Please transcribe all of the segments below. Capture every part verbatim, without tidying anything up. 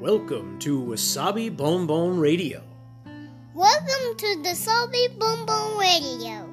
Welcome to Wasabi Bonbon Radio. Welcome to the Wasabi Bonbon Radio.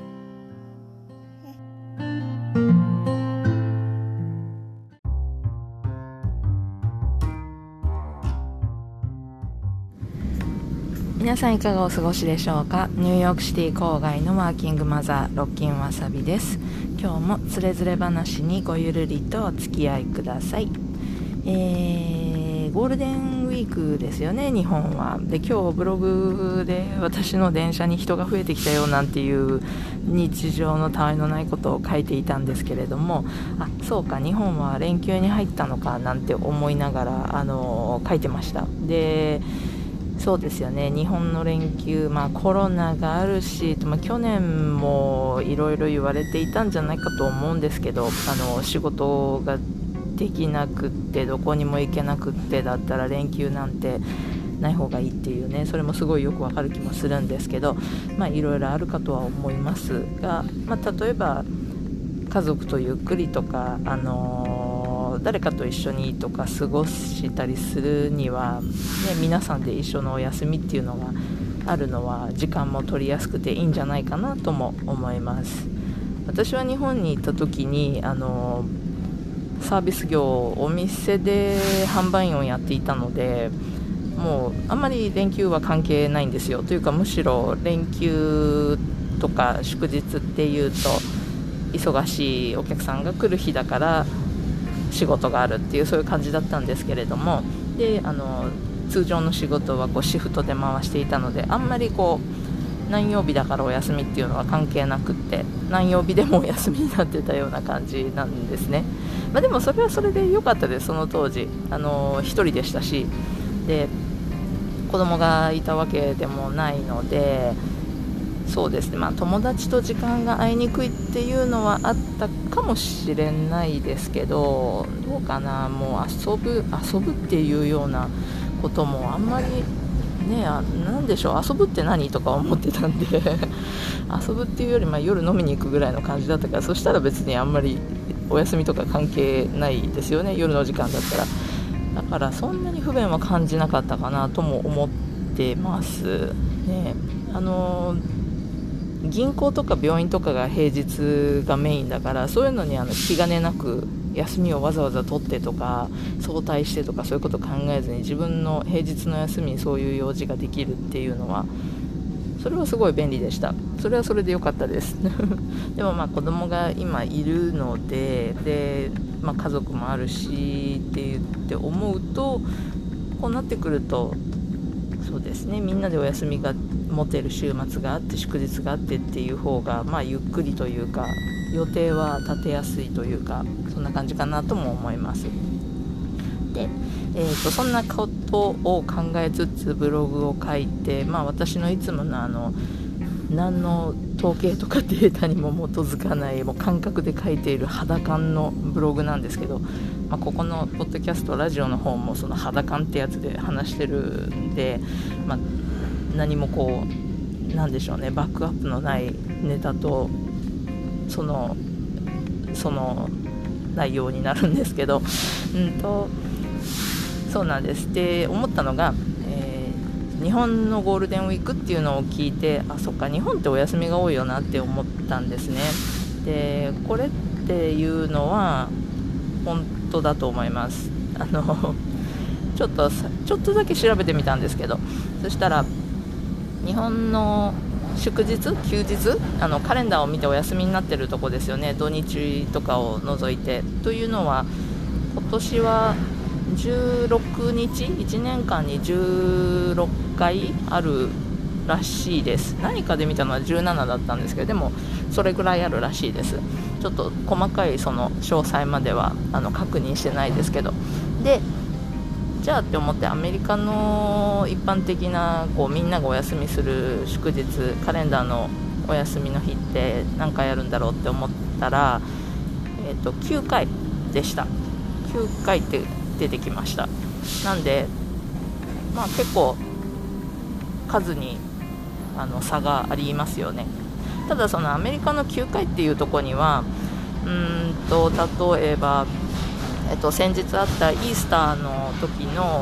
皆さんいかがお過ごしでしょうか。ニューヨークシティ郊外のワーキングマザーロッキンわさびです。今日もつれづれ話にごゆるりとお付き合いください。えー、ゴールデンウィークですよね、日本は。で、今日ブログで私の電車に人が増えてきたよなんていう日常のたわいのないことを書いていたんですけれども、あ、そうか、日本は連休に入ったのかなんて思いながらあの書いてました。で、そうですよね、日本の連休、まあ、コロナがあるし、まあ、去年もいろいろ言われていたんじゃないかと思うんですけど、あの仕事ができなくってどこにも行けなくってだったら連休なんてない方がいいっていうね、それもすごいよくわかる気もするんですけど、まあいろいろあるかとは思いますが、まあ、例えば家族とゆっくりとか、あのー誰かと一緒にとか過ごしたりするには、ね、皆さんで一緒のお休みっていうのがあるのは時間も取りやすくていいんじゃないかなとも思います。私は日本に行った時にあのサービス業、お店で販売員をやっていたので、もうあんまり連休は関係ないんですよ。というかむしろ連休とか祝日っていうと忙しいお客さんが来る日だから仕事があるっていう、そういう感じだったんですけれども、であの通常の仕事はこうシフトで回していたので、あんまりこう何曜日だからお休みっていうのは関係なくって、何曜日でもお休みになってたような感じなんですね。まあ、でもそれはそれで良かったです。その当時あの一人でしたし、で子供がいたわけでもないので、そうですね、まあ、友達と時間が合いにくいっていうのはあったかもしれないですけど、どうかな、もう遊ぶ遊ぶっていうようなこともあんまりね、あ、なんでしょう、遊ぶって何とか思ってたんで遊ぶっていうより、まあ、夜飲みに行くぐらいの感じだったから、そしたら別にあんまりお休みとか関係ないですよね、夜の時間だったら。だからそんなに不便は感じなかったかなとも思ってますね。あの銀行とか病院とかが平日がメインだから、そういうのにあの気兼ねなく休みをわざわざ取ってとか早退してとか、そういうこと考えずに自分の平日の休みにそういう用事ができるっていうのは、それはすごい便利でした。それはそれで良かったですでもまあ子供が今いるので、で、まあ、家族もあるしって言って思うと、こうなってくるとそうですね、みんなでお休みが持てる週末があって祝日があってっていう方が、まあ、ゆっくりというか予定は立てやすいというか、そんな感じかなとも思います。で、えーと、そんなことを考えつつブログを書いて、まあ、私のいつものあの何の統計とかデータにも基づかない、もう感覚で書いている肌感のブログなんですけど、まあ、ここのポッドキャストラジオの方もその肌感ってやつで話してるんで、まあ、何もこうなんでしょうね、バックアップのないネタとそのその内容になるんですけど、うんとそうなんです。で思ったのが、えー、日本のゴールデンウィークっていうのを聞いて、あ、そっか、日本ってお休みが多いよなって思ったんですね。でこれっていうのは本当だと思います。あのちょっとちょっとだけ調べてみたんですけど、そしたら日本の祝日休日、あのカレンダーを見てお休みになってるとこですよね、土日とかを除いて。というのは今年はじゅうろくにち、いちねんかんにじゅうろっかいあるらしいです。何かで見たのはじゅうななだったんですけど、でもそれぐらいあるらしいです。ちょっと細かいその詳細まではあの確認してないですけど、でじゃあって思って、アメリカの一般的なこうみんながお休みする祝日、カレンダーのお休みの日って何回あるんだろうって思ったら、えーと、きゅうかいでした。きゅうかいって出てきました。なんで、まあ、結構数にあの差がありますよね。ただそのアメリカのきゅうかいっていうところには、うーんと例えばえっと、先日あったイースターの時の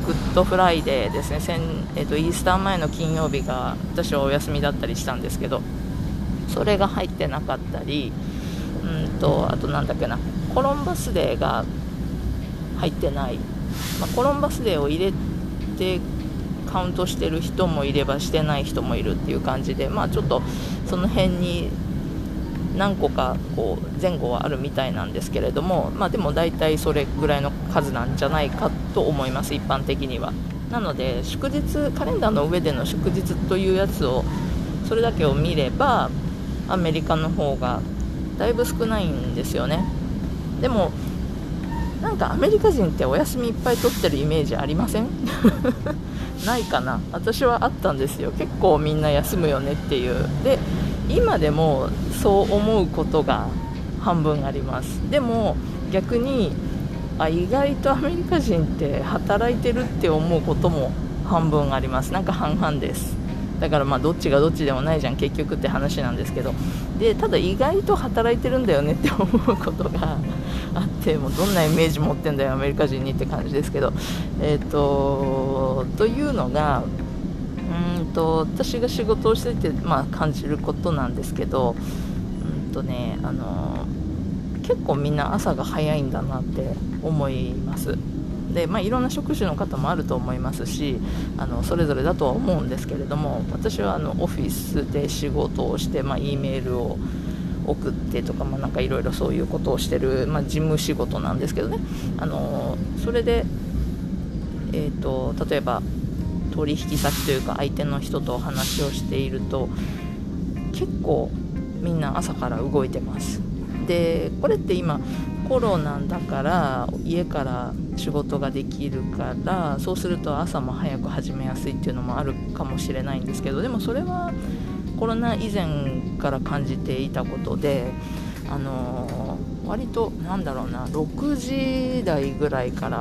グッドフライデーですね、先、えー、とイースター前の金曜日が私はお休みだったりしたんですけど、それが入ってなかったり、うんとあとなんだっけな、コロンバスデーが入ってない、まあ、コロンバスデーを入れてカウントしてる人もいればしてない人もいるっていう感じで、まあちょっとその辺に何個かこう前後はあるみたいなんですけれども、まあでも大体それぐらいの数なんじゃないかと思います、一般的には。なので祝日、カレンダーの上での祝日というやつをそれだけを見ればアメリカの方がだいぶ少ないんですよね。でもなんかアメリカ人ってお休みいっぱい取ってるイメージありません？ないかな。私はあったんですよ。結構みんな休むよねっていう。で今でもそう思うことが半分あります。でも逆にあ意外とアメリカ人って働いてるって思うことも半分あります。なんか半々です。だからまあどっちがどっちでもないじゃん結局って話なんですけど、でただ意外と働いてるんだよねって思うことがあって、もうどんなイメージ持ってんだよアメリカ人にって感じですけど、えーとというのがうんと私が仕事をしていて、まあ、感じることなんですけど、うんとねあの結構みんな朝が早いんだなって思います。で、まあ、いろんな職種の方もあると思いますし、あのそれぞれだとは思うんですけれども、私はあのオフィスで仕事をして、まあ、E メールを送ってとか、まあ、なんかいろいろそういうことをしてる、まあ、事務仕事なんですけどね、あのそれで、えーと、例えば取引先というか相手の人と話をしていると結構みんな朝から動いてます。でこれって今コロナだから家から仕事ができるから、そうすると朝も早く始めやすいっていうのもあるかもしれないんですけど、でもそれはコロナ以前から感じていたことで、あのー、割となんだろうなろくじ台ぐらいから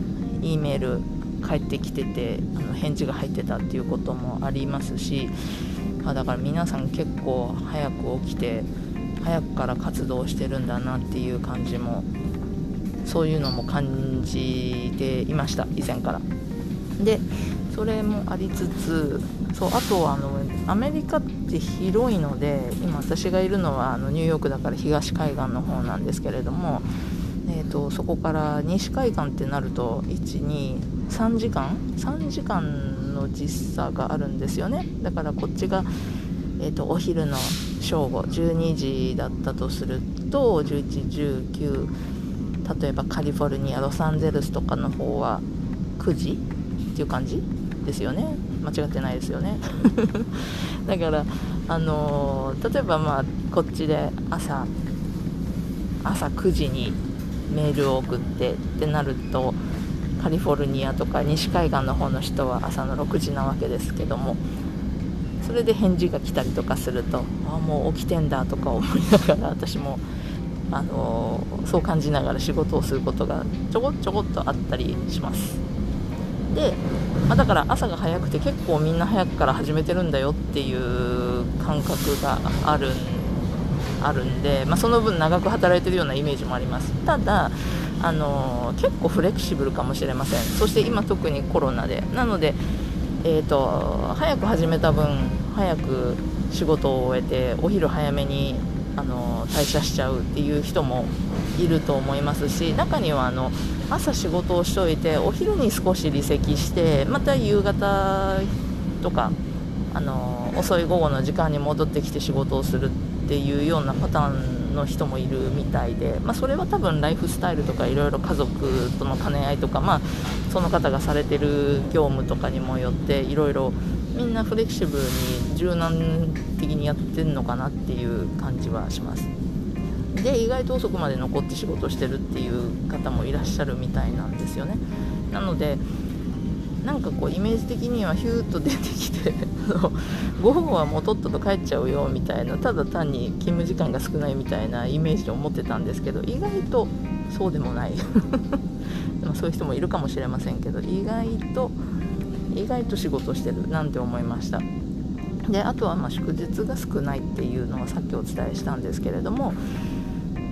E メール返ってきてて、あの返事が入ってたっていうこともありますし、あだから皆さん結構早く起きて早くから活動してるんだなっていう感じも、そういうのも感じていました以前から。でそれもありつつ、そうあとはあのアメリカって広いので、今私がいるのはあのニューヨークだから東海岸の方なんですけれども、えーと、そこから西海岸ってなるといち、に、さんじかんさんじかんの時差があるんですよね。だからこっちが、えーと、お昼の正午じゅうにじだったとするとじゅういち、じゅうきゅう、例えばカリフォルニアロサンゼルスとかの方はくじっていう感じですよね。間違ってないですよねだからあのー、例えばまあこっちで朝朝くじにメールを送ってってなると、カリフォルニアとか西海岸の方の人は朝のろくじなわけですけども、それで返事が来たりとかすると、あもう起きてんだとか思いながら、私もあのー、そう感じながら仕事をすることがちょこちょこっとあったりします。で、まあ、だから朝が早くて結構みんな早くから始めてるんだよっていう感覚があるあるんで、まあ、その分長く働いてるようなイメージもあります。ただあの結構フレキシブルかもしれません。そして今特にコロナでなので、えーと、早く始めた分早く仕事を終えてお昼早めにあの退社しちゃうっていう人もいると思いますし、中にはあの朝仕事をしておいてお昼に少し離席してまた夕方とかあの遅い午後の時間に戻ってきて仕事をするっていうようなパターンの人もいるみたいで、まあ、それは多分ライフスタイルとかいろいろ家族との兼ね合いとか、まあ、その方がされてる業務とかにもよっていろいろみんなフレキシブルに柔軟的にやってるのかなっていう感じはします。で意外と遅くまで残って仕事してるっていう方もいらっしゃるみたいなんですよね。なのでなんかこうイメージ的にはヒューッと出てきて午後はもうとっとと帰っちゃうよみたいな、ただ単に勤務時間が少ないみたいなイメージを持ってたんですけど、意外とそうでもないでもそういう人もいるかもしれませんけど、意外と意外と仕事してるなんて思いました。であとはまあ祝日が少ないっていうのはさっきお伝えしたんですけれども、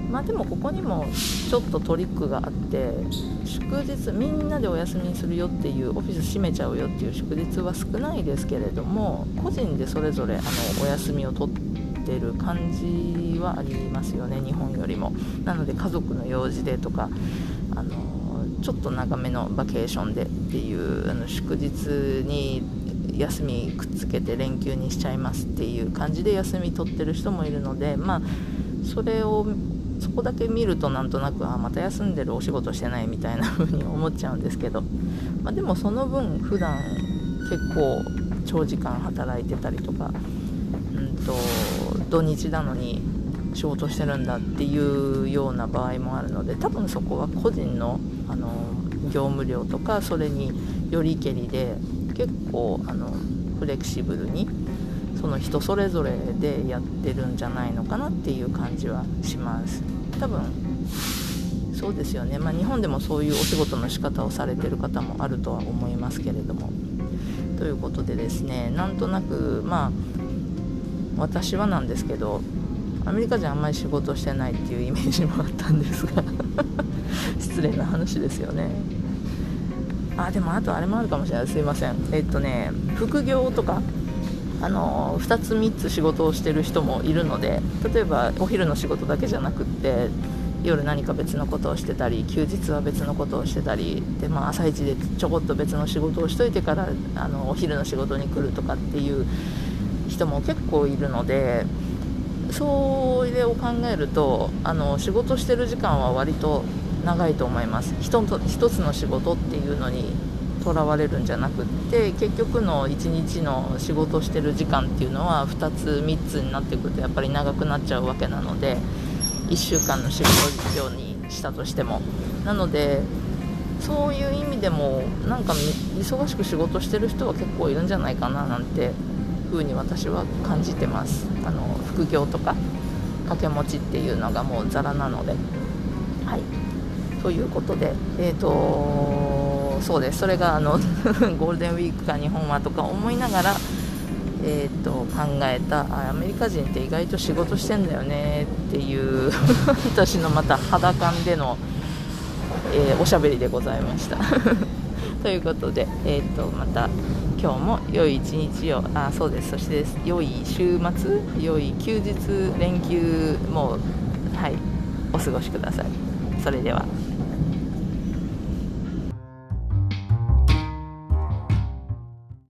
まあでもここにもちょっとトリックがあって、祝日みんなでお休みにするよっていう、オフィス閉めちゃうよっていう祝日は少ないですけれども、個人でそれぞれあのお休みを取ってる感じはありますよね、日本よりも。なので家族の用事でとか、あのちょっと長めのバケーションでっていうあの祝日に休みくっつけて連休にしちゃいますっていう感じで休み取ってる人もいるので、まあそれをそこだけ見るとなんとなく、あまた休んでる、お仕事してないみたいな風に思っちゃうんですけど、まあ、でもその分普段結構長時間働いてたりとか、うんと土日なのに仕事してるんだっていうような場合もあるので、多分そこは個人の、あの業務量とかそれによりけりで結構あのフレキシブルにその人それぞれでやってるんじゃないのかなっていう感じはします。多分そうですよね、まあ、日本でもそういうお仕事の仕方をされてる方もあるとは思いますけれども、ということでですね、なんとなくまあ私はなんですけど、アメリカ人あんまり仕事してないっていうイメージもあったんですが失礼な話ですよね。あ、でもあとあれもあるかもしれない、すいません。えっとね副業とかあのふたつみっつ仕事をしてる人もいるので、例えばお昼の仕事だけじゃなくって夜何か別のことをしてたり、休日は別のことをしてたりで、まあ、朝一でちょこっと別の仕事をしといてからあのお昼の仕事に来るとかっていう人も結構いるので、それを考えるとあの仕事してる時間は割と長いと思います。一つ一つの仕事っていうのにとらわれるんじゃなくって、結局のいちにちの仕事してる時間っていうのはふたつみっつになってくるとやっぱり長くなっちゃうわけなので、いっしゅうかんの仕事量にしたとしても、なのでそういう意味でもなんか忙しく仕事してる人は結構いるんじゃないかななんて風に私は感じてます。あの副業とか掛け持ちっていうのがもうザラなので、はい、ということで、えーとそうです、それがあのゴールデンウィークか日本はとか思いながら、えーと考えた、あアメリカ人って意外と仕事してんだよねっていう私のまた肌感での、えー、おしゃべりでございましたということで、えーとまた今日も良い一日を、あそうです、そして良い週末、良い休日連休も、はい、お過ごしください。それでは。